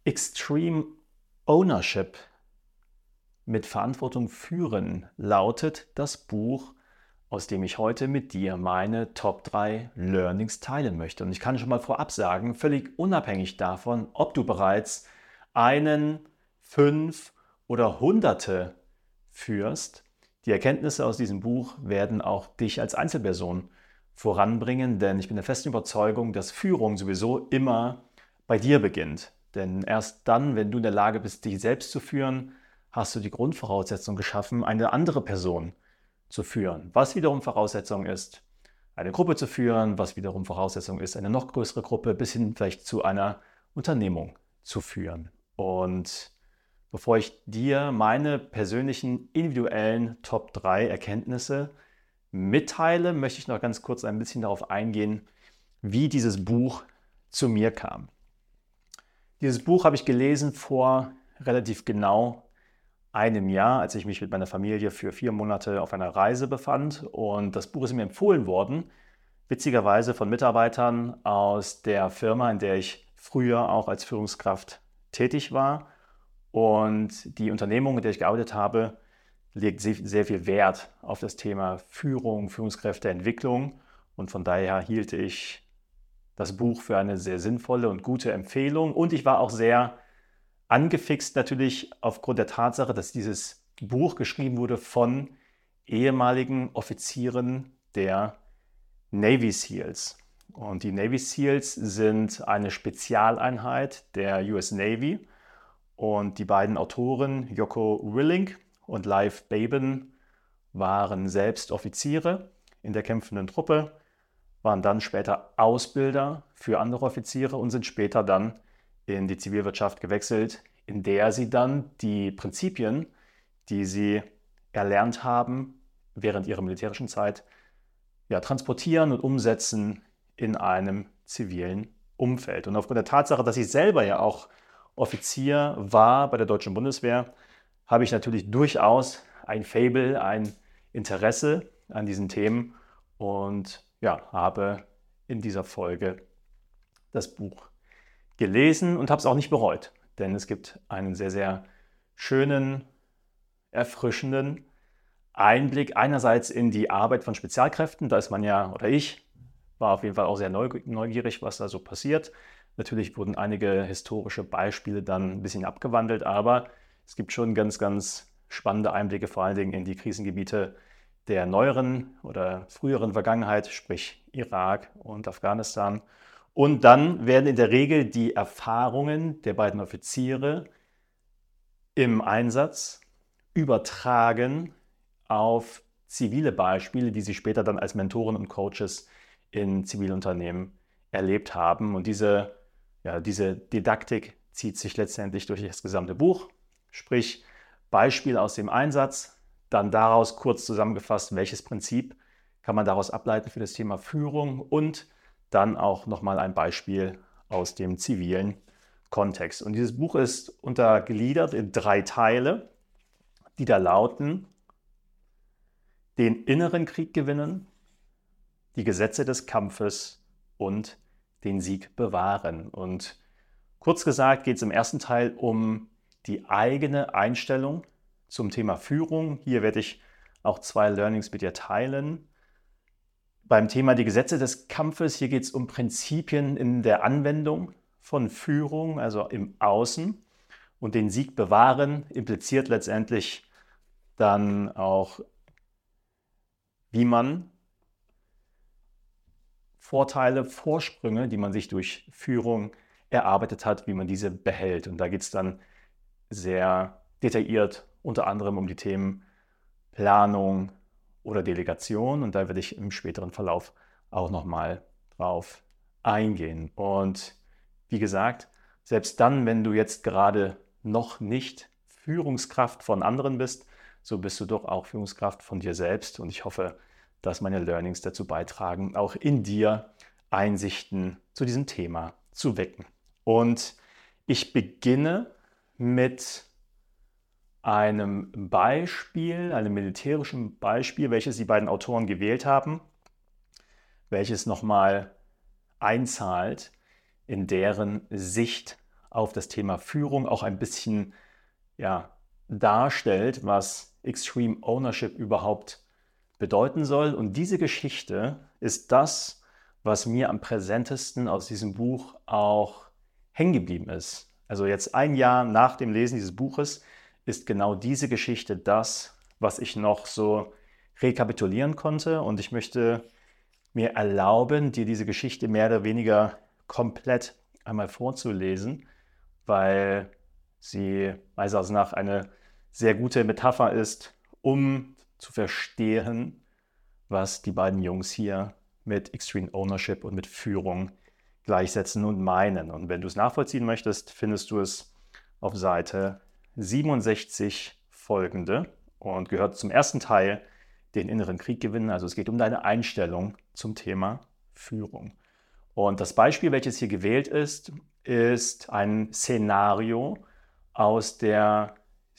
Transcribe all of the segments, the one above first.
Extreme Ownership mit Verantwortung führen lautet das Buch, aus dem ich heute mit dir meine Top 3 Learnings teilen möchte. Und ich kann schon mal vorab sagen, völlig unabhängig davon, ob du bereits einen, 5 oder Hunderte führst, die Erkenntnisse aus diesem Buch werden auch dich als Einzelperson voranbringen, denn ich bin der festen Überzeugung, dass Führung sowieso immer bei dir beginnt. Denn erst dann, wenn du in der Lage bist, dich selbst zu führen, hast du die Grundvoraussetzung geschaffen, eine andere Person zu führen. Was wiederum Voraussetzung ist, eine Gruppe zu führen, was wiederum Voraussetzung ist, eine noch größere Gruppe bis hin vielleicht zu einer Unternehmung zu führen. Und bevor ich dir meine persönlichen individuellen Top 3 Erkenntnisse mitteile, möchte ich noch ganz kurz ein bisschen darauf eingehen, wie dieses Buch zu mir kam. Dieses Buch habe ich gelesen vor relativ genau einem Jahr, als ich mich mit meiner Familie für 4 Monate auf einer Reise befand. Und das Buch ist mir empfohlen worden, witzigerweise von Mitarbeitern aus der Firma, in der ich früher auch als Führungskraft tätig war. Und die Unternehmung, in der ich gearbeitet habe, legt sehr viel Wert auf das Thema Führung, Führungskräfteentwicklung. Und von daher hielt ich das Buch für eine sehr sinnvolle und gute Empfehlung. Und ich war auch sehr angefixt natürlich aufgrund der Tatsache, dass dieses Buch geschrieben wurde von ehemaligen Offizieren der Navy SEALs. Und die Navy SEALs sind eine Spezialeinheit der US Navy. Und die beiden Autoren, Jocko Willink und Leif Baben, waren selbst Offiziere in der kämpfenden Truppe, waren dann später Ausbilder für andere Offiziere und sind später dann in die Zivilwirtschaft gewechselt, in der sie dann die Prinzipien, die sie erlernt haben während ihrer militärischen Zeit, transportieren und umsetzen in einem zivilen Umfeld. Und aufgrund der Tatsache, dass ich selber ja auch Offizier war bei der Deutschen Bundeswehr, habe ich natürlich durchaus ein Faible, ein Interesse an diesen Themen und habe in dieser Folge das Buch gelesen und habe es auch nicht bereut, denn es gibt einen sehr, sehr schönen, erfrischenden Einblick einerseits in die Arbeit von Spezialkräften, da ist man ja, oder ich, war auf jeden Fall auch sehr neugierig, was da so passiert. Natürlich wurden einige historische Beispiele dann ein bisschen abgewandelt, aber es gibt schon ganz, ganz spannende Einblicke, vor allen Dingen in die Krisengebiete der neueren oder früheren Vergangenheit, sprich Irak und Afghanistan. Und dann werden in der Regel die Erfahrungen der beiden Offiziere im Einsatz übertragen auf zivile Beispiele, die sie später dann als Mentoren und Coaches in Zivilunternehmen erlebt haben. Und diese Didaktik zieht sich letztendlich durch das gesamte Buch, sprich Beispiel aus dem Einsatz, dann daraus kurz zusammengefasst, welches Prinzip kann man daraus ableiten für das Thema Führung und dann auch nochmal ein Beispiel aus dem zivilen Kontext. Und dieses Buch ist untergliedert in 3 Teile, die da lauten: den inneren Krieg gewinnen, die Gesetze des Kampfes und den Sieg bewahren. Und kurz gesagt geht es im ersten Teil um die eigene Einstellung zum Thema Führung. Hier werde ich auch 2 Learnings mit dir teilen. Beim Thema die Gesetze des Kampfes, hier geht es um Prinzipien in der Anwendung von Führung, also im Außen. Und den Sieg bewahren impliziert letztendlich dann auch, wie man Vorteile, Vorsprünge, die man sich durch Führung erarbeitet hat, wie man diese behält. Und da geht es dann sehr detailliert unter anderem um die Themen Planung oder Delegation. Und da werde ich im späteren Verlauf auch nochmal drauf eingehen. Und wie gesagt, selbst dann, wenn du jetzt gerade noch nicht Führungskraft von anderen bist, so bist du doch auch Führungskraft von dir selbst. Und ich hoffe, dass meine Learnings dazu beitragen, auch in dir Einsichten zu diesem Thema zu wecken. Und ich beginne mit einem Beispiel, einem militärischen Beispiel, welches die beiden Autoren gewählt haben, welches nochmal einzahlt in deren Sicht auf das Thema Führung auch ein bisschen darstellt, was Extreme Ownership überhaupt bedeuten soll. Und diese Geschichte ist das, was mir am präsentesten aus diesem Buch auch hängen geblieben ist. Also jetzt ein Jahr nach dem Lesen dieses Buches ist genau diese Geschichte das, was ich noch so rekapitulieren konnte. Und ich möchte mir erlauben, dir diese Geschichte mehr oder weniger komplett einmal vorzulesen, weil sie meines Erachtens nach eine sehr gute Metapher ist, um zu verstehen, was die beiden Jungs hier mit Extreme Ownership und mit Führung gleichsetzen und meinen. Und wenn du es nachvollziehen möchtest, findest du es auf Seite 67 folgende und gehört zum ersten Teil, den inneren Krieg gewinnen. Also es geht um deine Einstellung zum Thema Führung. Und das Beispiel, welches hier gewählt ist, ist ein Szenario aus der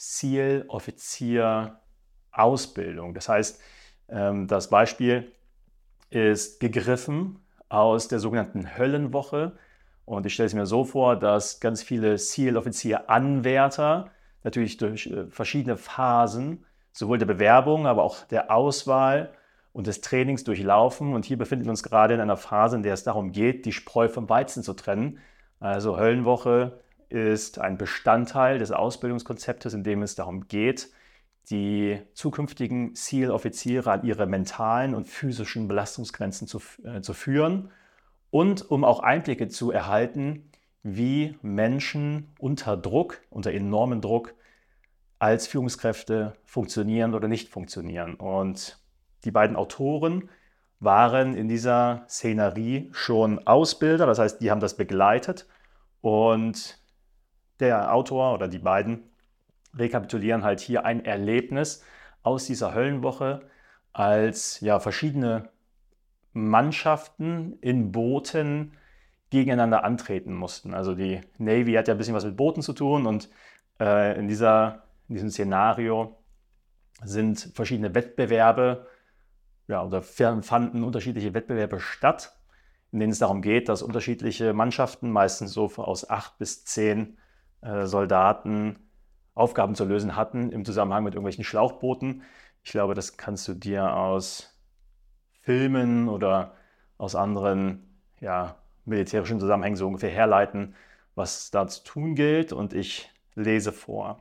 SEAL-Offizier-Ausbildung. Das heißt, das Beispiel ist gegriffen aus der sogenannten Höllenwoche. Und ich stelle es mir so vor, dass ganz viele SEAL-Offizier-Anwärter natürlich durch verschiedene Phasen sowohl der Bewerbung, aber auch der Auswahl und des Trainings durchlaufen. Und hier befinden wir uns gerade in einer Phase, in der es darum geht, die Spreu vom Weizen zu trennen. Also Höllenwoche ist ein Bestandteil des Ausbildungskonzeptes, in dem es darum geht, die zukünftigen SEAL-Offiziere an ihre mentalen und physischen Belastungsgrenzen zu führen und um auch Einblicke zu erhalten, wie Menschen unter Druck, unter enormem Druck, als Führungskräfte funktionieren oder nicht funktionieren. Und die beiden Autoren waren in dieser Szenerie schon Ausbilder, das heißt, die haben das begleitet und der Autor oder die beiden rekapitulieren halt hier ein Erlebnis aus dieser Höllenwoche, als verschiedene Mannschaften in Booten gegeneinander antreten mussten. Also die Navy hat ja ein bisschen was mit Booten zu tun und in diesem Szenario sind verschiedene Wettbewerbe oder fanden unterschiedliche Wettbewerbe statt, in denen es darum geht, dass unterschiedliche Mannschaften, meistens so aus 8 bis 10 Soldaten, Aufgaben zu lösen hatten im Zusammenhang mit irgendwelchen Schlauchbooten. Ich glaube, das kannst du dir aus Filmen oder aus anderen militärischen Zusammenhängen so ungefähr herleiten, was da zu tun gilt. Und ich lese vor.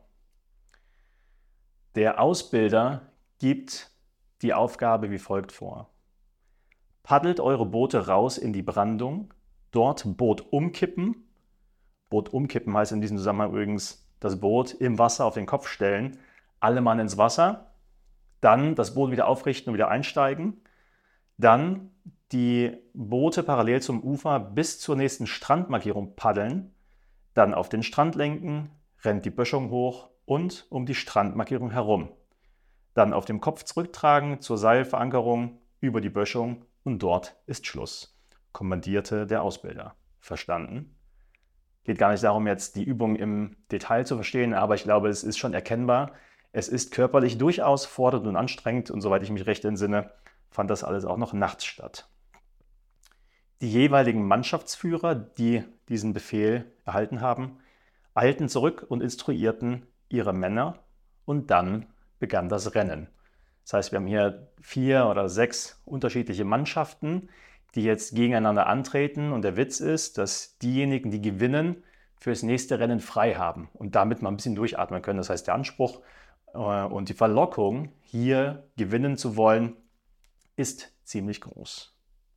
Der Ausbilder gibt die Aufgabe wie folgt vor. Paddelt eure Boote raus in die Brandung, dort Boot umkippen. Boot umkippen heißt in diesem Zusammenhang übrigens das Boot im Wasser auf den Kopf stellen, alle Mann ins Wasser, dann das Boot wieder aufrichten und wieder einsteigen, dann die Boote parallel zum Ufer bis zur nächsten Strandmarkierung paddeln, dann auf den Strand lenken, rennt die Böschung hoch und um die Strandmarkierung herum. Dann auf dem Kopf zurücktragen zur Seilverankerung über die Böschung und dort ist Schluss, kommandierte der Ausbilder. Verstanden? Geht gar nicht darum, jetzt die Übung im Detail zu verstehen, aber ich glaube, es ist schon erkennbar. Es ist körperlich durchaus fordernd und anstrengend und soweit ich mich recht entsinne, fand das alles auch noch nachts statt. Die jeweiligen Mannschaftsführer, die diesen Befehl erhalten haben, eilten zurück und instruierten ihre Männer und dann begann das Rennen. Das heißt, wir haben hier 4 oder 6 unterschiedliche Mannschaften, die jetzt gegeneinander antreten und der Witz ist, dass diejenigen, die gewinnen, fürs nächste Rennen frei haben und damit mal ein bisschen durchatmen können. Das heißt, der Anspruch und die Verlockung, hier gewinnen zu wollen, ist ziemlich groß.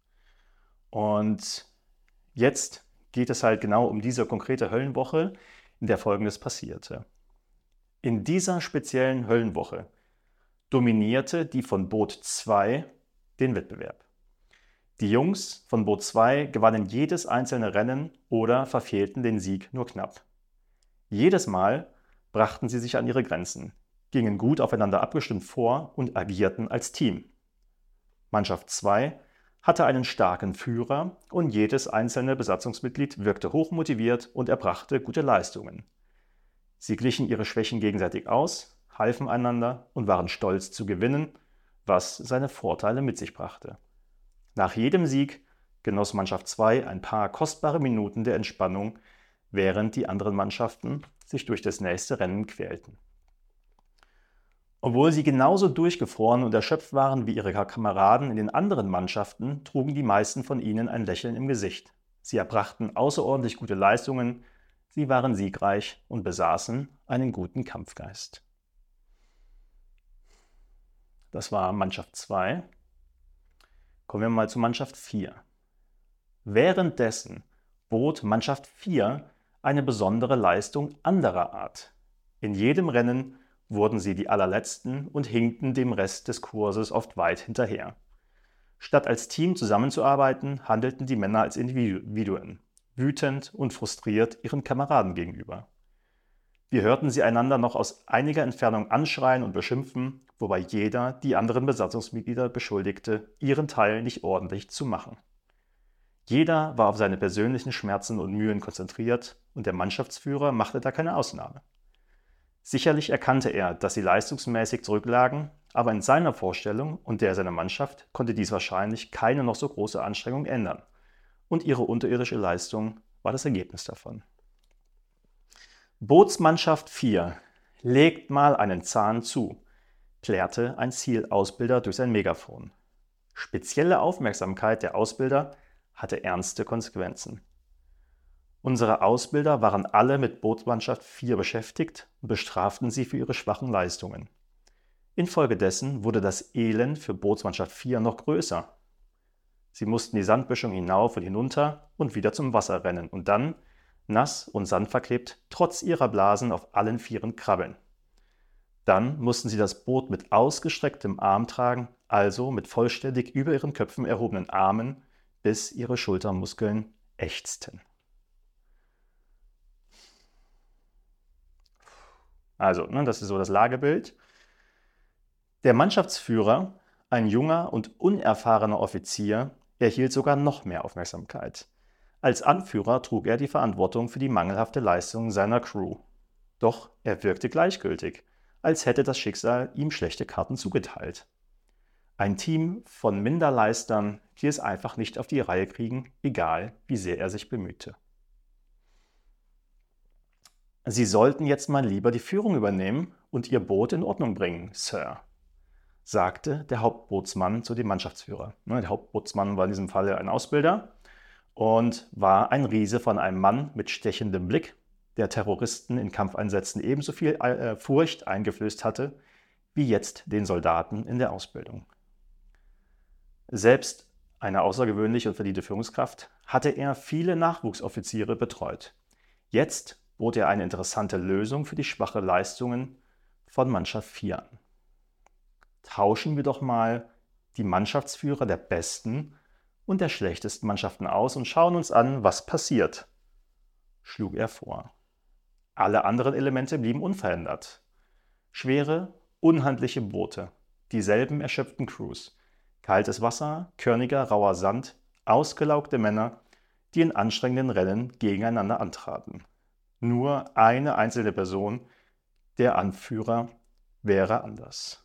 Und jetzt geht es halt genau um diese konkrete Höllenwoche, in der Folgendes passierte. In dieser speziellen Höllenwoche dominierte die von Boot 2 den Wettbewerb. Die Jungs von Boot 2 gewannen jedes einzelne Rennen oder verfehlten den Sieg nur knapp. Jedes Mal brachten sie sich an ihre Grenzen, gingen gut aufeinander abgestimmt vor und agierten als Team. Mannschaft 2 hatte einen starken Führer und jedes einzelne Besatzungsmitglied wirkte hochmotiviert und erbrachte gute Leistungen. Sie glichen ihre Schwächen gegenseitig aus, halfen einander und waren stolz zu gewinnen, was seine Vorteile mit sich brachte. Nach jedem Sieg genoss Mannschaft 2 ein paar kostbare Minuten der Entspannung, während die anderen Mannschaften sich durch das nächste Rennen quälten. Obwohl sie genauso durchgefroren und erschöpft waren wie ihre Kameraden in den anderen Mannschaften, trugen die meisten von ihnen ein Lächeln im Gesicht. Sie erbrachten außerordentlich gute Leistungen, sie waren siegreich und besaßen einen guten Kampfgeist. Das war Mannschaft 2. Kommen wir mal zu Mannschaft 4. Währenddessen bot Mannschaft 4 eine besondere Leistung anderer Art. In jedem Rennen wurden sie die allerletzten und hinkten dem Rest des Kurses oft weit hinterher. Statt als Team zusammenzuarbeiten, handelten die Männer als Individuen, wütend und frustriert ihren Kameraden gegenüber. Wir hörten sie einander noch aus einiger Entfernung anschreien und beschimpfen, wobei jeder die anderen Besatzungsmitglieder beschuldigte, ihren Teil nicht ordentlich zu machen. Jeder war auf seine persönlichen Schmerzen und Mühen konzentriert und der Mannschaftsführer machte da keine Ausnahme. Sicherlich erkannte er, dass sie leistungsmäßig zurücklagen, aber in seiner Vorstellung und der seiner Mannschaft konnte dies wahrscheinlich keine noch so große Anstrengung ändern. Und ihre unterirdische Leistung war das Ergebnis davon. Bootsmannschaft 4, legt mal einen Zahn zu, klärte ein Zielausbilder durch sein Megafon. Spezielle Aufmerksamkeit der Ausbilder hatte ernste Konsequenzen. Unsere Ausbilder waren alle mit Bootsmannschaft 4 beschäftigt und bestraften sie für ihre schwachen Leistungen. Infolgedessen wurde das Elend für Bootsmannschaft 4 noch größer. Sie mussten die Sandböschung hinauf und hinunter und wieder zum Wasser rennen und dann, nass und sandverklebt, trotz ihrer Blasen auf allen Vieren krabbeln. Dann mussten sie das Boot mit ausgestrecktem Arm tragen, also mit vollständig über ihren Köpfen erhobenen Armen, bis ihre Schultermuskeln ächzten. Also, das ist so das Lagebild. Der Mannschaftsführer, ein junger und unerfahrener Offizier, erhielt sogar noch mehr Aufmerksamkeit. Als Anführer trug er die Verantwortung für die mangelhafte Leistung seiner Crew. Doch er wirkte gleichgültig, als hätte das Schicksal ihm schlechte Karten zugeteilt. Ein Team von Minderleistern, die es einfach nicht auf die Reihe kriegen, egal wie sehr er sich bemühte. Sie sollten jetzt mal lieber die Führung übernehmen und Ihr Boot in Ordnung bringen, Sir, sagte der Hauptbootsmann zu dem Mannschaftsführer. Der Hauptbootsmann war in diesem Fall ein Ausbilder und war ein Riese von einem Mann mit stechendem Blick, der Terroristen in Kampfeinsätzen ebenso viel Furcht eingeflößt hatte, wie jetzt den Soldaten in der Ausbildung. Selbst eine außergewöhnliche und verdiente Führungskraft hatte er viele Nachwuchsoffiziere betreut. Jetzt bot er eine interessante Lösung für die schwachen Leistungen von Mannschaft 4 an. Tauschen wir doch mal die Mannschaftsführer der besten und der schlechtesten Mannschaften aus und schauen uns an, was passiert, schlug er vor. Alle anderen Elemente blieben unverändert. Schwere, unhandliche Boote, dieselben erschöpften Crews, kaltes Wasser, körniger, rauer Sand, ausgelaugte Männer, die in anstrengenden Rennen gegeneinander antraten. Nur eine einzelne Person, der Anführer, wäre anders.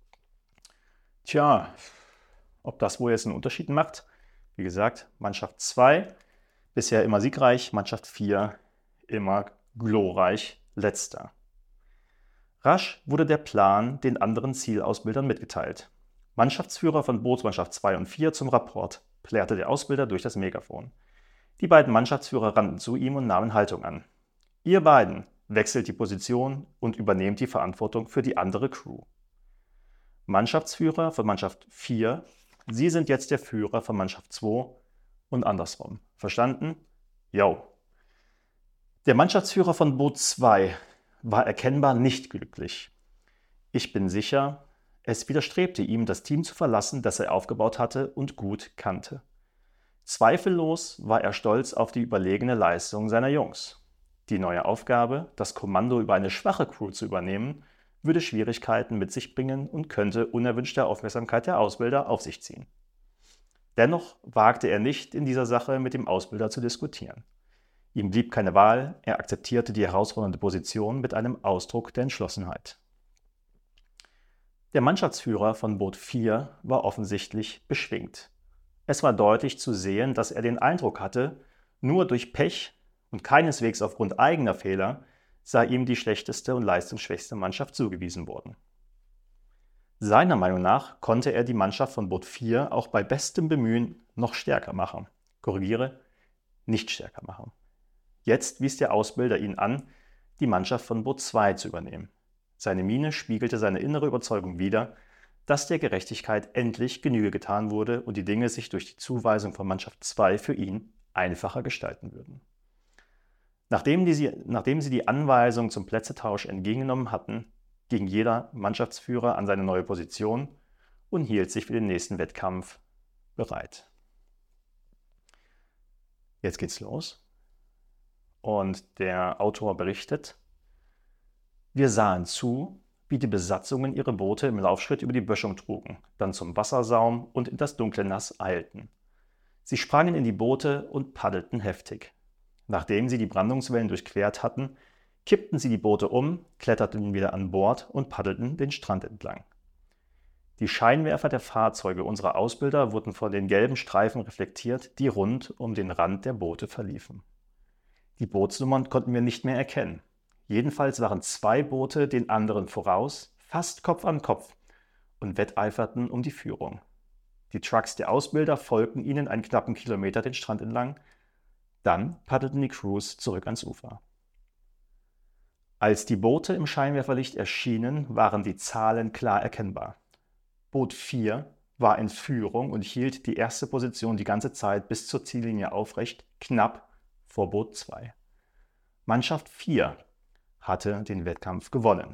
Tja, ob das wohl jetzt einen Unterschied macht? Wie gesagt, Mannschaft 2 bisher immer siegreich, Mannschaft 4 immer glorreich letzter. Rasch wurde der Plan den anderen Zielausbildern mitgeteilt. Mannschaftsführer von Bootsmannschaft 2 und 4 zum Rapport, plärrte der Ausbilder durch das Megafon. Die beiden Mannschaftsführer rannten zu ihm und nahmen Haltung an. Ihr beiden wechselt die Position und übernehmt die Verantwortung für die andere Crew. Mannschaftsführer von Mannschaft 4, Sie sind jetzt der Führer von Mannschaft 2 und andersrum. Verstanden? Jo. Der Mannschaftsführer von Boot 2 war erkennbar nicht glücklich. Ich bin sicher, es widerstrebte ihm, das Team zu verlassen, das er aufgebaut hatte und gut kannte. Zweifellos war er stolz auf die überlegene Leistung seiner Jungs. Die neue Aufgabe, das Kommando über eine schwache Crew zu übernehmen, würde Schwierigkeiten mit sich bringen und könnte unerwünschte Aufmerksamkeit der Ausbilder auf sich ziehen. Dennoch wagte er nicht, in dieser Sache mit dem Ausbilder zu diskutieren. Ihm blieb keine Wahl, er akzeptierte die herausfordernde Position mit einem Ausdruck der Entschlossenheit. Der Mannschaftsführer von Boot 4 war offensichtlich beschwingt. Es war deutlich zu sehen, dass er den Eindruck hatte, nur durch Pech und keineswegs aufgrund eigener Fehler sei ihm die schlechteste und leistungsschwächste Mannschaft zugewiesen worden. Seiner Meinung nach konnte er die Mannschaft von Boot 4 auch bei bestem Bemühen noch stärker machen. Korrigiere, nicht stärker machen. Jetzt wies der Ausbilder ihn an, die Mannschaft von Boot 2 zu übernehmen. Seine Miene spiegelte seine innere Überzeugung wider, dass der Gerechtigkeit endlich Genüge getan wurde und die Dinge sich durch die Zuweisung von Mannschaft 2 für ihn einfacher gestalten würden. Nachdem sie die Anweisung zum Plätzetausch entgegengenommen hatten, ging jeder Mannschaftsführer an seine neue Position und hielt sich für den nächsten Wettkampf bereit. Jetzt geht's los. Und der Autor berichtet: Wir sahen zu, wie die Besatzungen ihre Boote im Laufschritt über die Böschung trugen, dann zum Wassersaum und in das dunkle Nass eilten. Sie sprangen in die Boote und paddelten heftig. Nachdem sie die Brandungswellen durchquert hatten, kippten sie die Boote um, kletterten wieder an Bord und paddelten den Strand entlang. Die Scheinwerfer der Fahrzeuge unserer Ausbilder wurden von den gelben Streifen reflektiert, die rund um den Rand der Boote verliefen. Die Bootsnummern konnten wir nicht mehr erkennen. Jedenfalls waren 2 Boote den anderen voraus, fast Kopf an Kopf, und wetteiferten um die Führung. Die Trucks der Ausbilder folgten ihnen einen knappen Kilometer den Strand entlang. Dann paddelten die Crews zurück ans Ufer. Als die Boote im Scheinwerferlicht erschienen, waren die Zahlen klar erkennbar. Boot 4 war in Führung und hielt die erste Position die ganze Zeit bis zur Ziellinie aufrecht, knapp vor Boot 2. Mannschaft 4 hatte den Wettkampf gewonnen.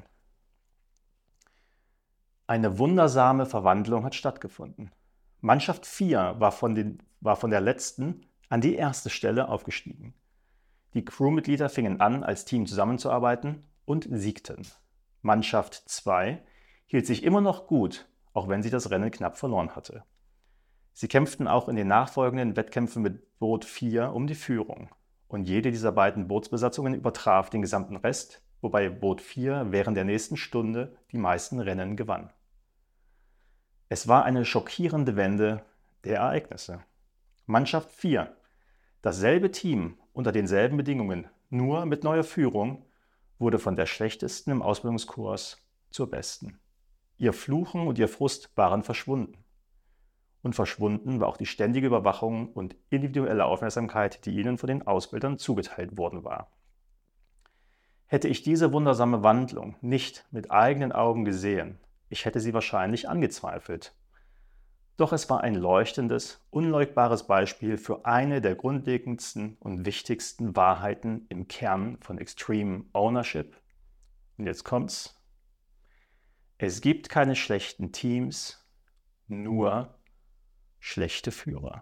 Eine wundersame Verwandlung hat stattgefunden. Mannschaft 4 war von der letzten an die erste Stelle aufgestiegen. Die Crewmitglieder fingen an, als Team zusammenzuarbeiten und siegten. Mannschaft 2 hielt sich immer noch gut, auch wenn sie das Rennen knapp verloren hatte. Sie kämpften auch in den nachfolgenden Wettkämpfen mit Boot 4 um die Führung. Und jede dieser beiden Bootsbesatzungen übertraf den gesamten Rest, wobei Boot 4 während der nächsten Stunde die meisten Rennen gewann. Es war eine schockierende Wende der Ereignisse. Mannschaft 4, dasselbe Team unter denselben Bedingungen, nur mit neuer Führung, wurde von der schlechtesten im Ausbildungskurs zur besten. Ihr Fluchen und ihr Frust waren verschwunden. Und verschwunden war auch die ständige Überwachung und individuelle Aufmerksamkeit, die ihnen von den Ausbildern zugeteilt worden war. Hätte ich diese wundersame Wandlung nicht mit eigenen Augen gesehen, ich hätte sie wahrscheinlich angezweifelt. Doch es war ein leuchtendes, unleugbares Beispiel für eine der grundlegendsten und wichtigsten Wahrheiten im Kern von Extreme Ownership. Und jetzt kommt's. Es gibt keine schlechten Teams, nur schlechte Führer.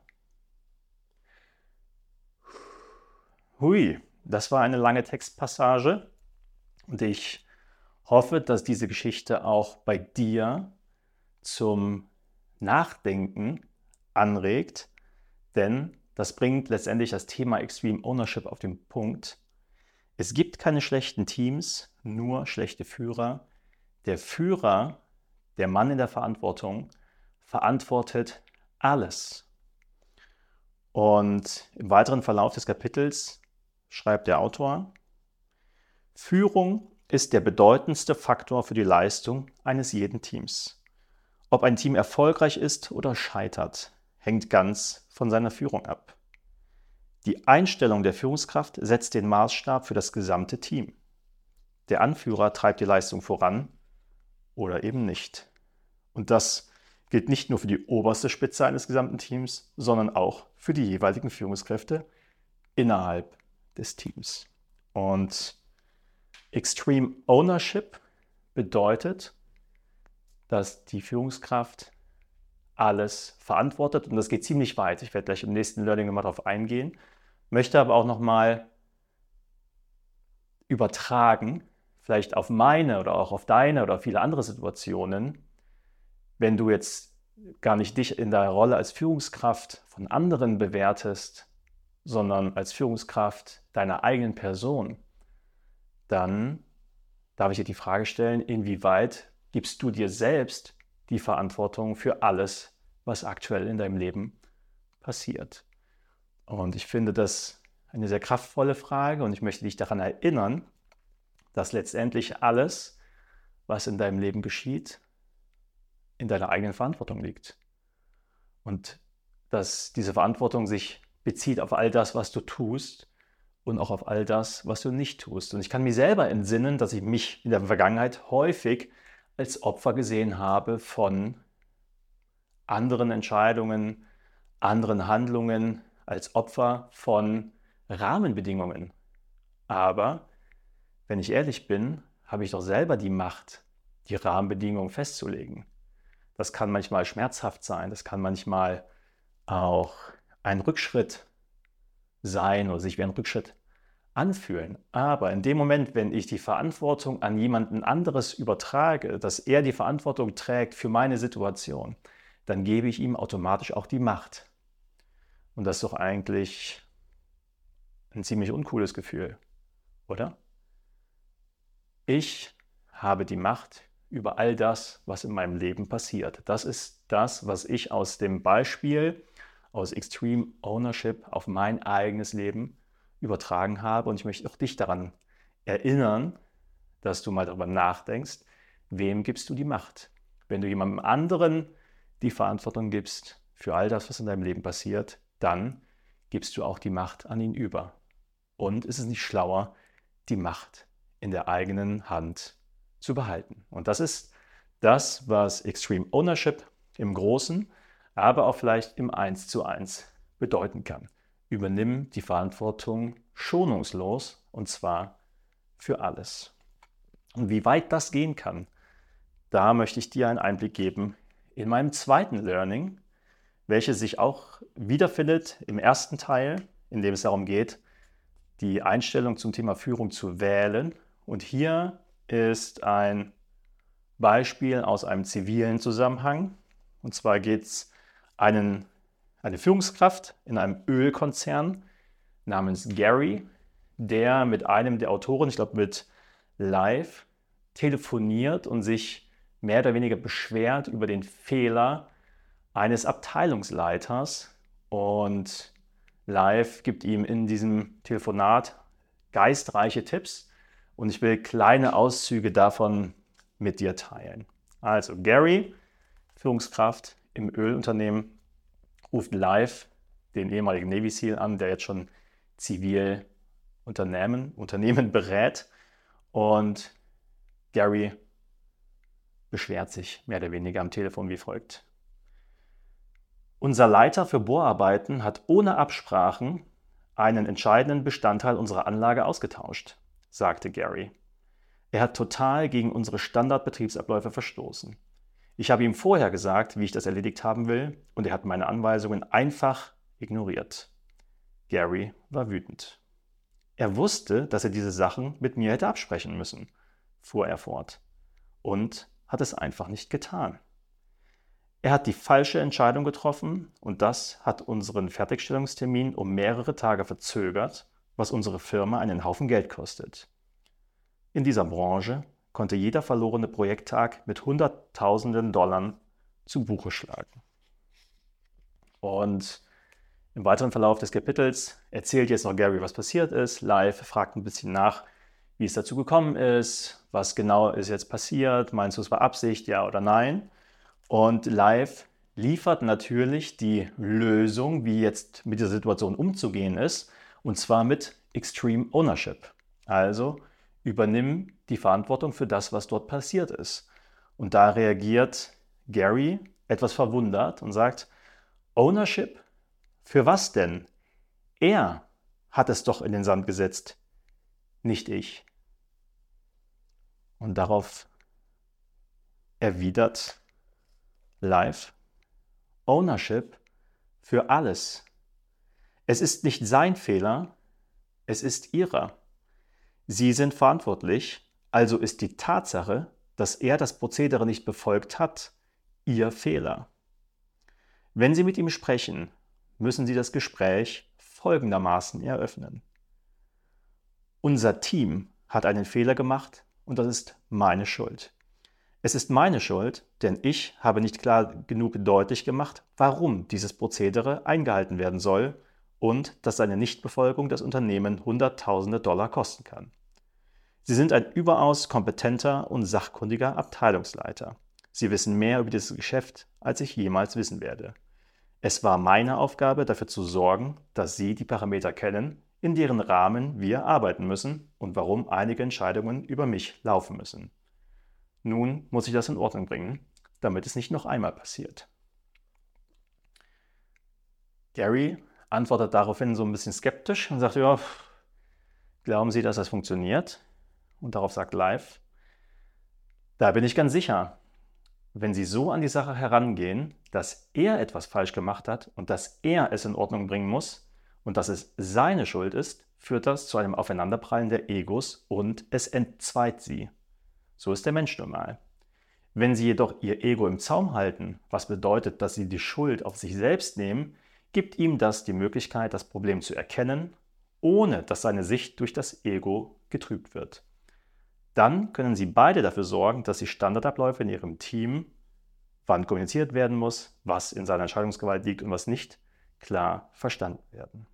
Hui, das war eine lange Textpassage und ich hoffe, dass diese Geschichte auch bei dir zum Nachdenken anregt, denn das bringt letztendlich das Thema Extreme Ownership auf den Punkt. Es gibt keine schlechten Teams, nur schlechte Führer. Der Führer, der Mann in der Verantwortung, verantwortet alles. Und im weiteren Verlauf des Kapitels schreibt der Autor: Führung ist der bedeutendste Faktor für die Leistung eines jeden Teams. Ob ein Team erfolgreich ist oder scheitert, hängt ganz von seiner Führung ab. Die Einstellung der Führungskraft setzt den Maßstab für das gesamte Team. Der Anführer treibt die Leistung voran oder eben nicht. Und das gilt nicht nur für die oberste Spitze eines gesamten Teams, sondern auch für die jeweiligen Führungskräfte innerhalb des Teams. Und Extreme Ownership bedeutet, dass die Führungskraft alles verantwortet und das geht ziemlich weit. Ich werde gleich im nächsten Learning nochmal darauf eingehen, möchte aber auch nochmal übertragen, vielleicht auf meine oder auch auf deine oder viele andere Situationen, wenn du jetzt gar nicht dich in der Rolle als Führungskraft von anderen bewertest, sondern als Führungskraft deiner eigenen Person, dann darf ich dir die Frage stellen, inwieweit gibst du dir selbst die Verantwortung für alles, was aktuell in deinem Leben passiert. Und ich finde das eine sehr kraftvolle Frage und ich möchte dich daran erinnern, dass letztendlich alles, was in deinem Leben geschieht, in deiner eigenen Verantwortung liegt. Und dass diese Verantwortung sich bezieht auf all das, was du tust und auch auf all das, was du nicht tust. Und ich kann mir selber entsinnen, dass ich mich in der Vergangenheit häufig als Opfer gesehen habe von anderen Entscheidungen, anderen Handlungen, als Opfer von Rahmenbedingungen. Aber wenn ich ehrlich bin, habe ich doch selber die Macht, die Rahmenbedingungen festzulegen. Das kann manchmal schmerzhaft sein, das kann manchmal auch ein Rückschritt sein oder sich wie ein Rückschritt anfühlen. Aber in dem Moment, wenn ich die Verantwortung an jemanden anderes übertrage, dass er die Verantwortung trägt für meine Situation, dann gebe ich ihm automatisch auch die Macht. Und das ist doch eigentlich ein ziemlich uncooles Gefühl, oder? Ich habe die Macht über all das, was in meinem Leben passiert. Das ist das, was ich aus dem Beispiel, aus Extreme Ownership auf mein eigenes Leben übertragen habe. Und ich möchte auch dich daran erinnern, dass du mal darüber nachdenkst, wem gibst du die Macht? Wenn du jemandem anderen die Verantwortung gibst für all das, was in deinem Leben passiert, dann gibst du auch die Macht an ihn über. Und ist es nicht schlauer, die Macht in der eigenen Hand zu behalten? Und das ist das, was Extreme Ownership im Großen, aber auch vielleicht im 1:1 bedeuten kann. Übernimm die Verantwortung schonungslos und zwar für alles. Und wie weit das gehen kann, da möchte ich dir einen Einblick geben in meinem zweiten Learning, welches sich auch wiederfindet im ersten Teil, in dem es darum geht, die Einstellung zum Thema Führung zu wählen. Und hier ist ein Beispiel aus einem zivilen Zusammenhang. Und zwar geht es eine Führungskraft in einem Ölkonzern namens Gary, der mit einem der Autoren, ich glaube mit Live, telefoniert und sich mehr oder weniger beschwert über den Fehler eines Abteilungsleiters. Und Live gibt ihm in diesem Telefonat geistreiche Tipps und ich will kleine Auszüge davon mit dir teilen. Also Gary, Führungskraft im Ölunternehmen, ruft Live, den ehemaligen Navy SEAL, an, der jetzt schon zivil Unternehmen berät. Und Gary beschwert sich mehr oder weniger am Telefon wie folgt. Unser Leiter für Bohrarbeiten hat ohne Absprachen einen entscheidenden Bestandteil unserer Anlage ausgetauscht, sagte Gary. Er hat total gegen unsere Standardbetriebsabläufe verstoßen. Ich habe ihm vorher gesagt, wie ich das erledigt haben will, und er hat meine Anweisungen einfach ignoriert. Gary war wütend. Er wusste, dass er diese Sachen mit mir hätte absprechen müssen, fuhr er fort, und hat es einfach nicht getan. Er hat die falsche Entscheidung getroffen und das hat unseren Fertigstellungstermin um mehrere Tage verzögert, was unsere Firma einen Haufen Geld kostet. In dieser Branche konnte jeder verlorene Projekttag mit Hunderttausenden Dollar zu Buche schlagen. Und im weiteren Verlauf des Kapitels erzählt jetzt noch Gary, was passiert ist. Live fragt ein bisschen nach, wie es dazu gekommen ist, was genau ist jetzt passiert, meinst du, es war Absicht, ja oder nein? Und Live liefert natürlich die Lösung, wie jetzt mit dieser Situation umzugehen ist, und zwar mit Extreme Ownership. Also übernimm die Verantwortung für das, was dort passiert ist. Und da reagiert Gary etwas verwundert und sagt, Ownership? Für was denn? Er hat es doch in den Sand gesetzt, nicht ich. Und darauf erwidert Live, Ownership für alles. Es ist nicht sein Fehler, es ist ihrer. Sie sind verantwortlich, also ist die Tatsache, dass er das Prozedere nicht befolgt hat, ihr Fehler. Wenn Sie mit ihm sprechen, müssen Sie das Gespräch folgendermaßen eröffnen. Unser Team hat einen Fehler gemacht und das ist meine Schuld. Es ist meine Schuld, denn ich habe nicht klar genug deutlich gemacht, warum dieses Prozedere eingehalten werden soll und dass seine Nichtbefolgung das Unternehmen Hunderttausende Dollar kosten kann. Sie sind ein überaus kompetenter und sachkundiger Abteilungsleiter. Sie wissen mehr über dieses Geschäft, als ich jemals wissen werde. Es war meine Aufgabe, dafür zu sorgen, dass Sie die Parameter kennen, in deren Rahmen wir arbeiten müssen und warum einige Entscheidungen über mich laufen müssen. Nun muss ich das in Ordnung bringen, damit es nicht noch einmal passiert. Gary antwortet daraufhin so ein bisschen skeptisch und sagt, ja, glauben Sie, dass das funktioniert? Und darauf sagt Live, da bin ich ganz sicher. Wenn Sie so an die Sache herangehen, dass er etwas falsch gemacht hat und dass er es in Ordnung bringen muss und dass es seine Schuld ist, führt das zu einem Aufeinanderprallen der Egos und es entzweit sie. So ist der Mensch nun mal. Wenn Sie jedoch Ihr Ego im Zaum halten, was bedeutet, dass Sie die Schuld auf sich selbst nehmen, gibt ihm das die Möglichkeit, das Problem zu erkennen, ohne dass seine Sicht durch das Ego getrübt wird. Dann können Sie beide dafür sorgen, dass die Standardabläufe in Ihrem Team, wann kommuniziert werden muss, was in seiner Entscheidungsgewalt liegt und was nicht, klar verstanden werden.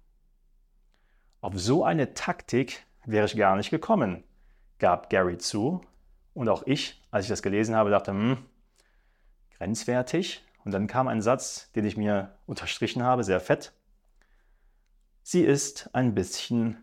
Auf so eine Taktik wäre ich gar nicht gekommen, gab Gary zu. Und auch ich, als ich das gelesen habe, dachte, grenzwertig. Und dann kam ein Satz, den ich mir unterstrichen habe, sehr fett. Sie ist ein bisschen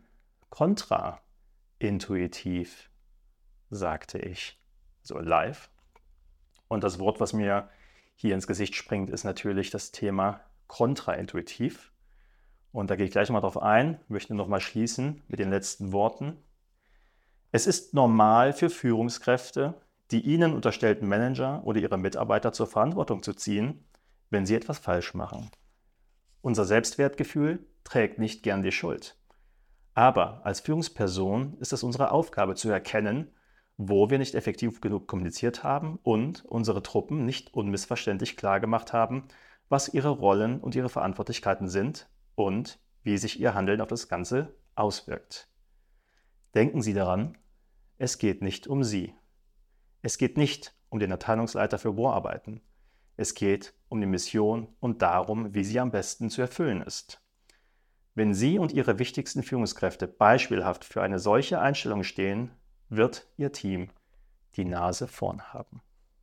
kontraintuitiv, sagte ich, so live. Und das Wort, was mir hier ins Gesicht springt, ist natürlich das Thema kontraintuitiv. Und da gehe ich gleich mal drauf ein, möchte nochmal schließen mit den letzten Worten. Es ist normal für Führungskräfte, die ihnen unterstellten Manager oder ihre Mitarbeiter zur Verantwortung zu ziehen, wenn sie etwas falsch machen. Unser Selbstwertgefühl trägt nicht gern die Schuld. Aber als Führungsperson ist es unsere Aufgabe zu erkennen, wo wir nicht effektiv genug kommuniziert haben und unsere Truppen nicht unmissverständlich klargemacht haben, was ihre Rollen und ihre Verantwortlichkeiten sind und wie sich ihr Handeln auf das Ganze auswirkt. Denken Sie daran, es geht nicht um Sie. Es geht nicht um den Abteilungsleiter für Bohrarbeiten. Es geht um die Mission und darum, wie sie am besten zu erfüllen ist. Wenn Sie und Ihre wichtigsten Führungskräfte beispielhaft für eine solche Einstellung stehen, wird Ihr Team die Nase vorn haben.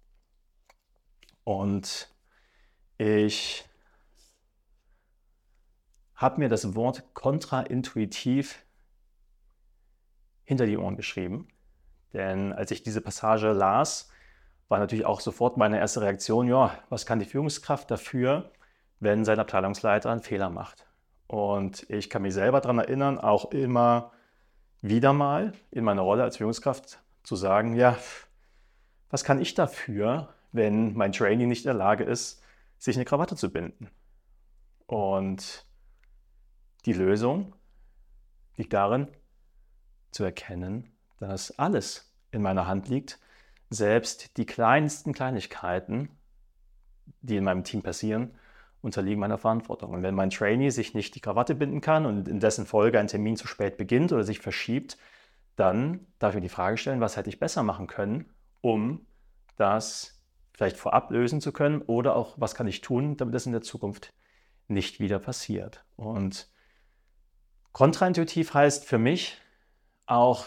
Und ich habe mir das Wort kontraintuitiv hinter die Ohren geschrieben. Denn als ich diese Passage las, war natürlich auch sofort meine erste Reaktion, ja, was kann die Führungskraft dafür, wenn sein Abteilungsleiter einen Fehler macht? Und ich kann mich selber daran erinnern, auch immer wieder mal in meiner Rolle als Führungskraft zu sagen, ja, was kann ich dafür, wenn mein Trainee nicht in der Lage ist, sich eine Krawatte zu binden? Und die Lösung liegt darin, zu erkennen, dass alles in meiner Hand liegt, selbst die kleinsten Kleinigkeiten, die in meinem Team passieren, unterliegen meiner Verantwortung. Und wenn mein Trainee sich nicht die Krawatte binden kann und in dessen Folge ein Termin zu spät beginnt oder sich verschiebt, dann darf ich mir die Frage stellen, was hätte ich besser machen können, um das vielleicht vorab lösen zu können oder auch, was kann ich tun, damit das in der Zukunft nicht wieder passiert. Und kontraintuitiv heißt für mich auch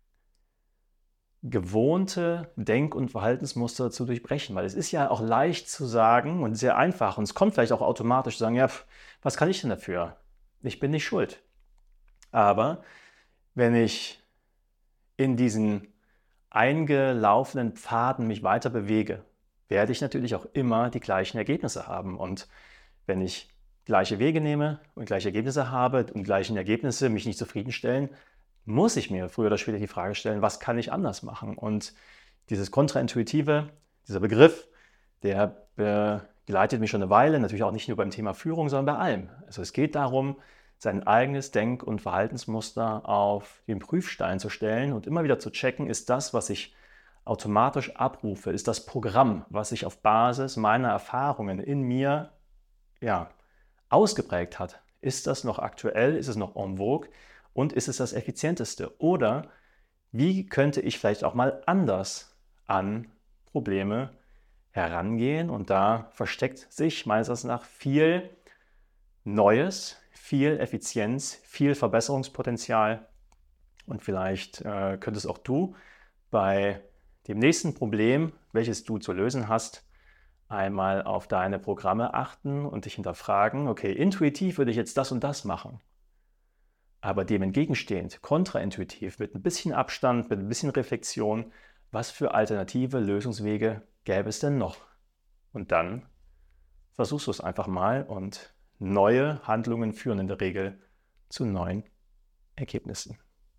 gewohnte Denk- und Verhaltensmuster zu durchbrechen, weil es ist ja auch leicht zu sagen und sehr einfach und es kommt vielleicht auch automatisch zu sagen, ja, was kann ich denn dafür? Ich bin nicht schuld. Aber wenn ich in diesen eingelaufenen Pfaden mich weiter bewege, werde ich natürlich auch immer die gleichen Ergebnisse haben. Und wenn ich gleiche Wege nehme und gleiche Ergebnisse habe und gleichen Ergebnisse mich nicht zufriedenstellen, muss ich mir früher oder später die Frage stellen, was kann ich anders machen? Und dieses Kontraintuitive, dieser Begriff, der begleitet mich schon eine Weile, natürlich auch nicht nur beim Thema Führung, sondern bei allem. Also es geht darum, sein eigenes Denk- und Verhaltensmuster auf den Prüfstein zu stellen und immer wieder zu checken, ist das, was ich automatisch abrufe, ist das Programm, was sich auf Basis meiner Erfahrungen in mir ausgeprägt hat. Ist das noch aktuell? Ist es noch en vogue? Und ist es das Effizienteste? Oder wie könnte ich vielleicht auch mal anders an Probleme herangehen? Und da versteckt sich meines Erachtens nach viel Neues, viel Effizienz, viel Verbesserungspotenzial und vielleicht könntest auch du bei dem nächsten Problem, welches du zu lösen hast, einmal auf deine Programme achten und dich hinterfragen, okay, intuitiv würde ich jetzt das und das machen, aber dem entgegenstehend, kontraintuitiv, mit ein bisschen Abstand, mit ein bisschen Reflexion, was für alternative Lösungswege gäbe es denn noch? Und dann versuchst du es einfach mal und neue Handlungen führen in der Regel zu neuen Ergebnissen.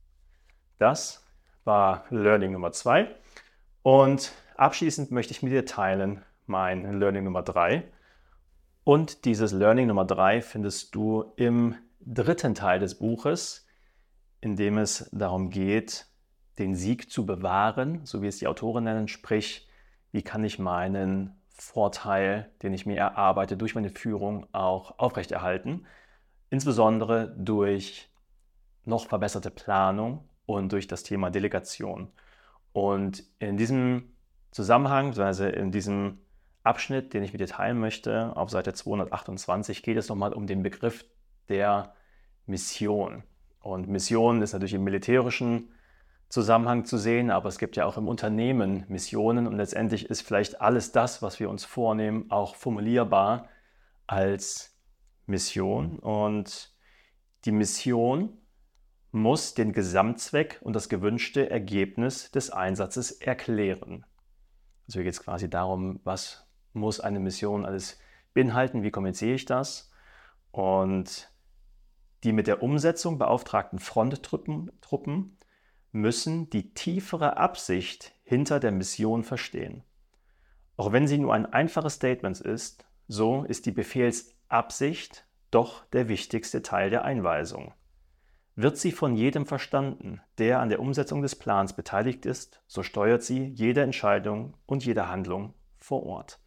Das war Learning Nummer 2 und abschließend möchte ich mit dir teilen mein Learning Nummer 3. Und dieses Learning Nummer 3 findest du im dritten Teil des Buches, in dem es darum geht, den Sieg zu bewahren, so wie es die Autoren nennen, sprich, wie kann ich meinen Vorteil, den ich mir erarbeite durch meine Führung, auch aufrechterhalten, insbesondere durch noch verbesserte Planung und durch das Thema Delegation. Und in diesem Zusammenhang, also in diesem Abschnitt, den ich mit dir teilen möchte, auf Seite 228, geht es nochmal um den Begriff der Mission. Und Mission ist natürlich im militärischen Zusammenhang zu sehen, aber es gibt ja auch im Unternehmen Missionen und letztendlich ist vielleicht alles das, was wir uns vornehmen, auch formulierbar als Mission. Und die Mission muss den Gesamtzweck und das gewünschte Ergebnis des Einsatzes erklären. Also hier geht es quasi darum, was muss eine Mission alles beinhalten, wie kommuniziere ich das? Und die mit der Umsetzung beauftragten Fronttruppen müssen die tiefere Absicht hinter der Mission verstehen. Auch wenn sie nur ein einfaches Statement ist, so ist die Befehlsabsicht doch der wichtigste Teil der Einweisung. Wird sie von jedem verstanden, der an der Umsetzung des Plans beteiligt ist, so steuert sie jede Entscheidung und jede Handlung vor Ort.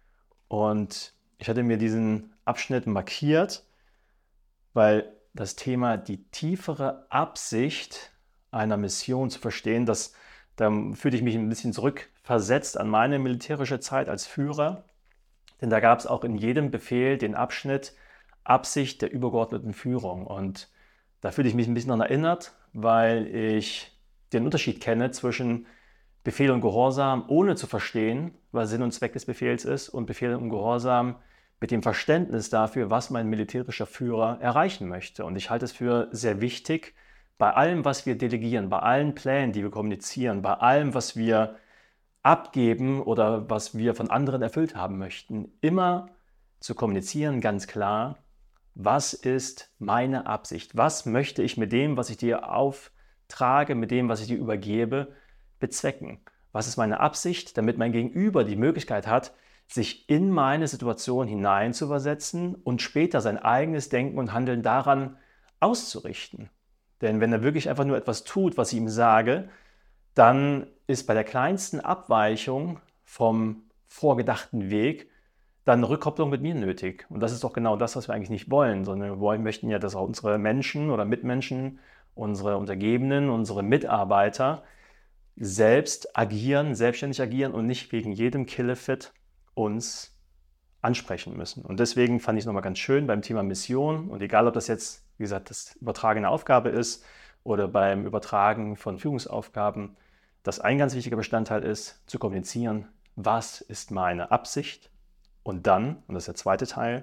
Und ich hatte mir diesen Abschnitt markiert, weil das Thema die tiefere Absicht einer Mission zu verstehen, da fühlte ich mich ein bisschen zurückversetzt an meine militärische Zeit als Führer, denn da gab es auch in jedem Befehl den Abschnitt Absicht der übergeordneten Führung und da fühle ich mich ein bisschen daran erinnert, weil ich den Unterschied kenne zwischen Befehl und Gehorsam, ohne zu verstehen, was Sinn und Zweck des Befehls ist, und Befehl und Gehorsam mit dem Verständnis dafür, was mein militärischer Führer erreichen möchte. Und ich halte es für sehr wichtig, bei allem, was wir delegieren, bei allen Plänen, die wir kommunizieren, bei allem, was wir abgeben oder was wir von anderen erfüllt haben möchten, immer zu kommunizieren, ganz klar, was ist meine Absicht? Was möchte ich mit dem, was ich dir auftrage, mit dem, was ich dir übergebe, bezwecken? Was ist meine Absicht, damit mein Gegenüber die Möglichkeit hat, sich in meine Situation hineinzuversetzen und später sein eigenes Denken und Handeln daran auszurichten? Denn wenn er wirklich einfach nur etwas tut, was ich ihm sage, dann ist bei der kleinsten Abweichung vom vorgedachten Weg dann Rückkopplung mit mir nötig. Und das ist doch genau das, was wir eigentlich nicht wollen, sondern wir möchten ja, dass auch unsere Menschen oder Mitmenschen, unsere Untergebenen, unsere Mitarbeiter selbst agieren, selbstständig agieren und nicht wegen jedem Killefit uns ansprechen müssen. Und deswegen fand ich es nochmal ganz schön beim Thema Mission und egal, ob das jetzt, wie gesagt, das übertragene Aufgabe ist oder beim Übertragen von Führungsaufgaben, dass ein ganz wichtiger Bestandteil ist, zu kommunizieren, was ist meine Absicht? Und dann, und das ist der zweite Teil,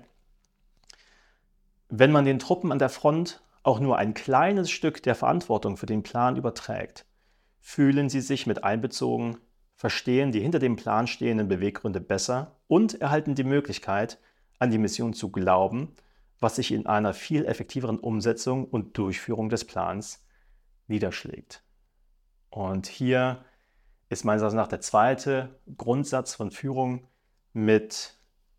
wenn man den Truppen an der Front auch nur ein kleines Stück der Verantwortung für den Plan überträgt, fühlen sie sich mit einbezogen, verstehen die hinter dem Plan stehenden Beweggründe besser und erhalten die Möglichkeit, an die Mission zu glauben, was sich in einer viel effektiveren Umsetzung und Durchführung des Plans niederschlägt. Und hier ist meines Erachtens nach der zweite Grundsatz von Führung mit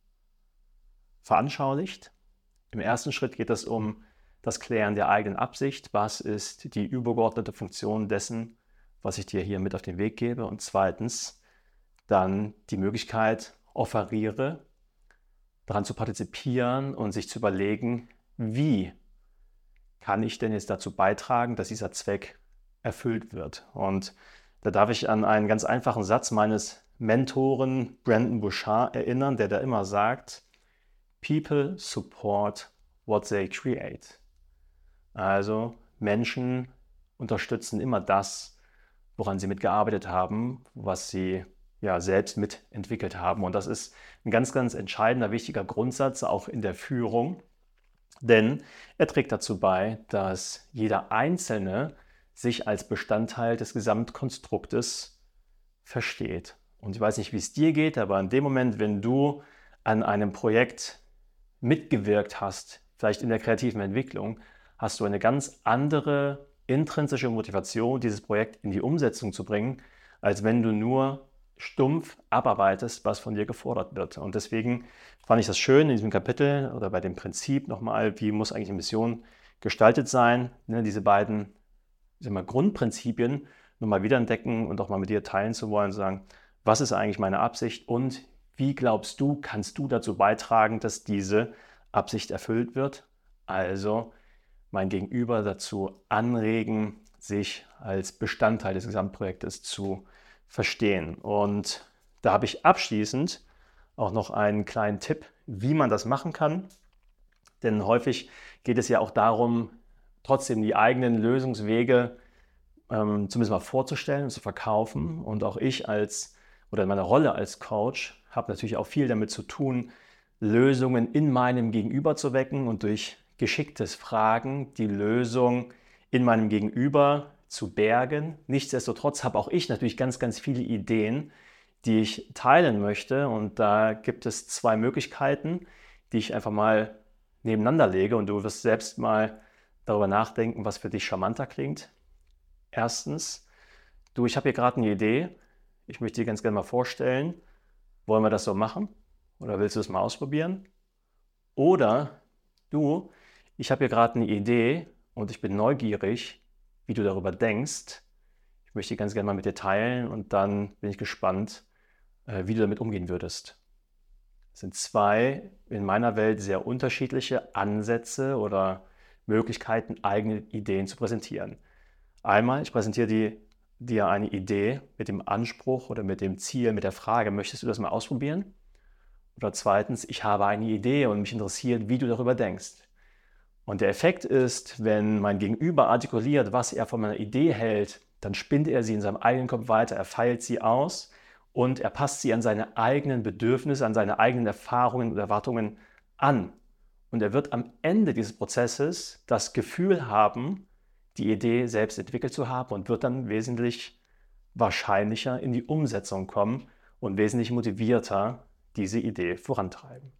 veranschaulicht. Im ersten Schritt geht es um das Klären der eigenen Absicht. Was ist die übergeordnete Funktion dessen, was ich dir hier mit auf den Weg gebe? Und zweitens dann die Möglichkeit offeriere, daran zu partizipieren und sich zu überlegen, wie kann ich denn jetzt dazu beitragen, dass dieser Zweck erfüllt wird. Und da darf ich an einen ganz einfachen Satz meines Mentoren Brandon Bouchard erinnern, der da immer sagt, People support what they create. Also Menschen unterstützen immer das, woran sie mitgearbeitet haben, was sie selbst mitentwickelt haben. Und das ist ein ganz, ganz entscheidender, wichtiger Grundsatz auch in der Führung, denn er trägt dazu bei, dass jeder Einzelne sich als Bestandteil des Gesamtkonstruktes versteht. Und ich weiß nicht, wie es dir geht, aber in dem Moment, wenn du an einem Projekt mitgewirkt hast, vielleicht in der kreativen Entwicklung, hast du eine ganz andere intrinsische Motivation, dieses Projekt in die Umsetzung zu bringen, als wenn du nur stumpf abarbeitest, was von dir gefordert wird. Und deswegen fand ich das schön in diesem Kapitel oder bei dem Prinzip nochmal, wie muss eigentlich eine Mission gestaltet sein, diese beiden Grundprinzipien nochmal wiederentdecken und auch mal mit dir teilen zu wollen, sagen, was ist eigentlich meine Absicht und wie glaubst du, kannst du dazu beitragen, dass diese Absicht erfüllt wird? Also mein Gegenüber dazu anregen, sich als Bestandteil des Gesamtprojektes zu verstehen. Und da habe ich abschließend auch noch einen kleinen Tipp, wie man das machen kann. Denn häufig geht es ja auch darum, trotzdem die eigenen Lösungswege zumindest mal vorzustellen und zu verkaufen. Und auch ich in meiner Rolle als Coach habe natürlich auch viel damit zu tun, Lösungen in meinem Gegenüber zu wecken und durch geschicktes Fragen die Lösung in meinem Gegenüber zu bergen. Nichtsdestotrotz habe auch ich natürlich ganz, ganz viele Ideen, die ich teilen möchte. Und da gibt es zwei Möglichkeiten, die ich einfach mal nebeneinander lege. Und du wirst selbst mal darüber nachdenken, was für dich charmanter klingt. Erstens, ich habe hier gerade eine Idee. Ich möchte dir ganz gerne mal vorstellen. Wollen wir das so machen? Oder willst du es mal ausprobieren? Oder ich habe hier gerade eine Idee und ich bin neugierig, wie du darüber denkst. Ich möchte die ganz gerne mal mit dir teilen und dann bin ich gespannt, wie du damit umgehen würdest. Das sind zwei in meiner Welt sehr unterschiedliche Ansätze oder Möglichkeiten, eigene Ideen zu präsentieren. Einmal, ich präsentiere dir eine Idee mit dem Anspruch oder mit dem Ziel, mit der Frage, möchtest du das mal ausprobieren? Oder zweitens, ich habe eine Idee und mich interessiert, wie du darüber denkst. Und der Effekt ist, wenn mein Gegenüber artikuliert, was er von meiner Idee hält, dann spinnt er sie in seinem eigenen Kopf weiter, er feilt sie aus und er passt sie an seine eigenen Bedürfnisse, an seine eigenen Erfahrungen und Erwartungen an. Und er wird am Ende dieses Prozesses das Gefühl haben, die Idee selbst entwickelt zu haben und wird dann wesentlich wahrscheinlicher in die Umsetzung kommen und wesentlich motivierter diese Idee vorantreiben.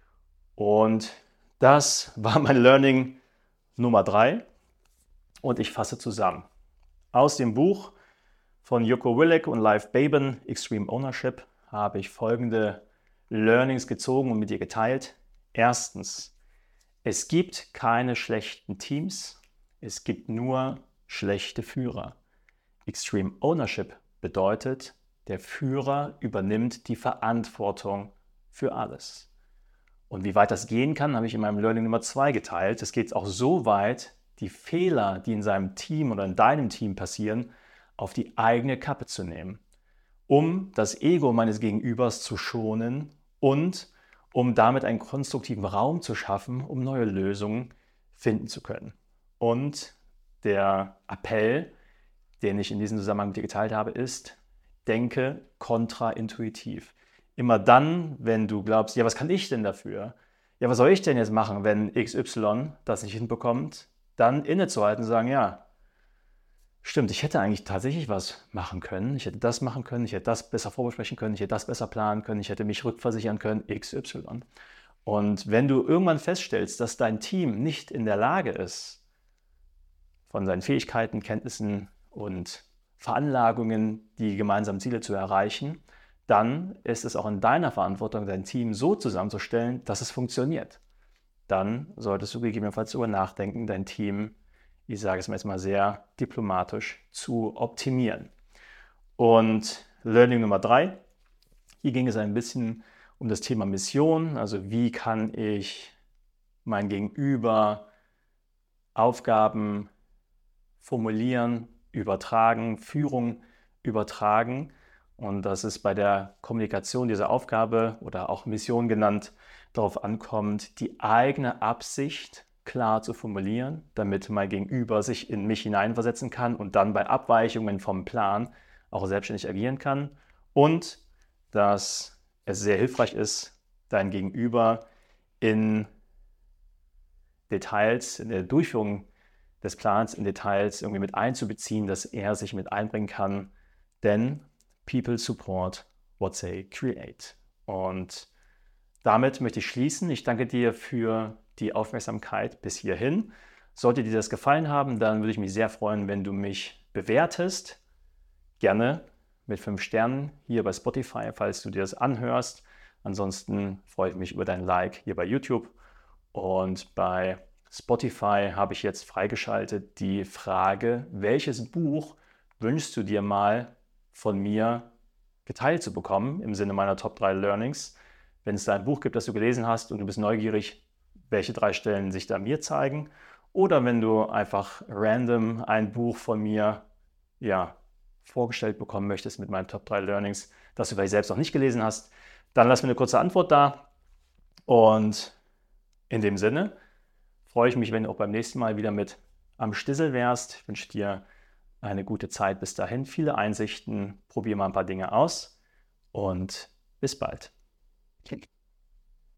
Und das war mein Learning Nummer 3 und ich fasse zusammen. Aus dem Buch von Jocko Willink und Leif Babin, Extreme Ownership, habe ich folgende Learnings gezogen und mit dir geteilt. Erstens, es gibt keine schlechten Teams, es gibt nur schlechte Führer. Extreme Ownership bedeutet, der Führer übernimmt die Verantwortung für alles. Und wie weit das gehen kann, habe ich in meinem Learning Nummer 2 geteilt. Es geht auch so weit, die Fehler, die in seinem Team oder in deinem Team passieren, auf die eigene Kappe zu nehmen, um das Ego meines Gegenübers zu schonen und um damit einen konstruktiven Raum zu schaffen, um neue Lösungen finden zu können. Und der Appell, den ich in diesem Zusammenhang mit dir geteilt habe, ist, denke kontraintuitiv. Immer dann, wenn du glaubst, ja, was kann ich denn dafür? Ja, was soll ich denn jetzt machen, wenn XY das nicht hinbekommt? Dann innezuhalten und sagen, ja, stimmt, ich hätte eigentlich tatsächlich was machen können. Ich hätte das machen können, ich hätte das besser vorbesprechen können, ich hätte das besser planen können, ich hätte mich rückversichern können, XY. Und wenn du irgendwann feststellst, dass dein Team nicht in der Lage ist, von seinen Fähigkeiten, Kenntnissen und Veranlagungen die gemeinsamen Ziele zu erreichen, dann ist es auch in deiner Verantwortung, dein Team so zusammenzustellen, dass es funktioniert. Dann solltest du gegebenenfalls darüber nachdenken, dein Team, ich sage es mir jetzt mal sehr diplomatisch, zu optimieren. Und Learning Nummer 3, hier ging es ein bisschen um das Thema Mission, also wie kann ich mein Gegenüber Aufgaben formulieren, übertragen, Führung übertragen. Und das ist bei der Kommunikation dieser Aufgabe oder auch Mission genannt, darauf ankommt, die eigene Absicht klar zu formulieren, damit mein Gegenüber sich in mich hineinversetzen kann und dann bei Abweichungen vom Plan auch selbstständig agieren kann. Und dass es sehr hilfreich ist, dein Gegenüber in Details, in der Durchführung des Plans, in Details irgendwie mit einzubeziehen, dass er sich mit einbringen kann. Denn people support what they create. Und damit möchte ich schließen. Ich danke dir für die Aufmerksamkeit bis hierhin. Sollte dir das gefallen haben, dann würde ich mich sehr freuen, wenn du mich bewertest. Gerne mit 5 Sternen hier bei Spotify, falls du dir das anhörst. Ansonsten freue ich mich über dein Like hier bei YouTube. Und bei Spotify habe ich jetzt freigeschaltet die Frage, welches Buch wünschst du dir mal von mir geteilt zu bekommen im Sinne meiner Top 3 Learnings? Wenn es da ein Buch gibt, das du gelesen hast und du bist neugierig, welche 3 Stellen sich da mir zeigen. Oder wenn du einfach random ein Buch von mir vorgestellt bekommen möchtest mit meinen Top 3 Learnings, das du vielleicht selbst noch nicht gelesen hast, dann lass mir eine kurze Antwort da. Und in dem Sinne freue ich mich, wenn du auch beim nächsten Mal wieder mit am Stissel wärst. Ich wünsche dir eine gute Zeit bis dahin, viele Einsichten, probier mal ein paar Dinge aus und bis bald.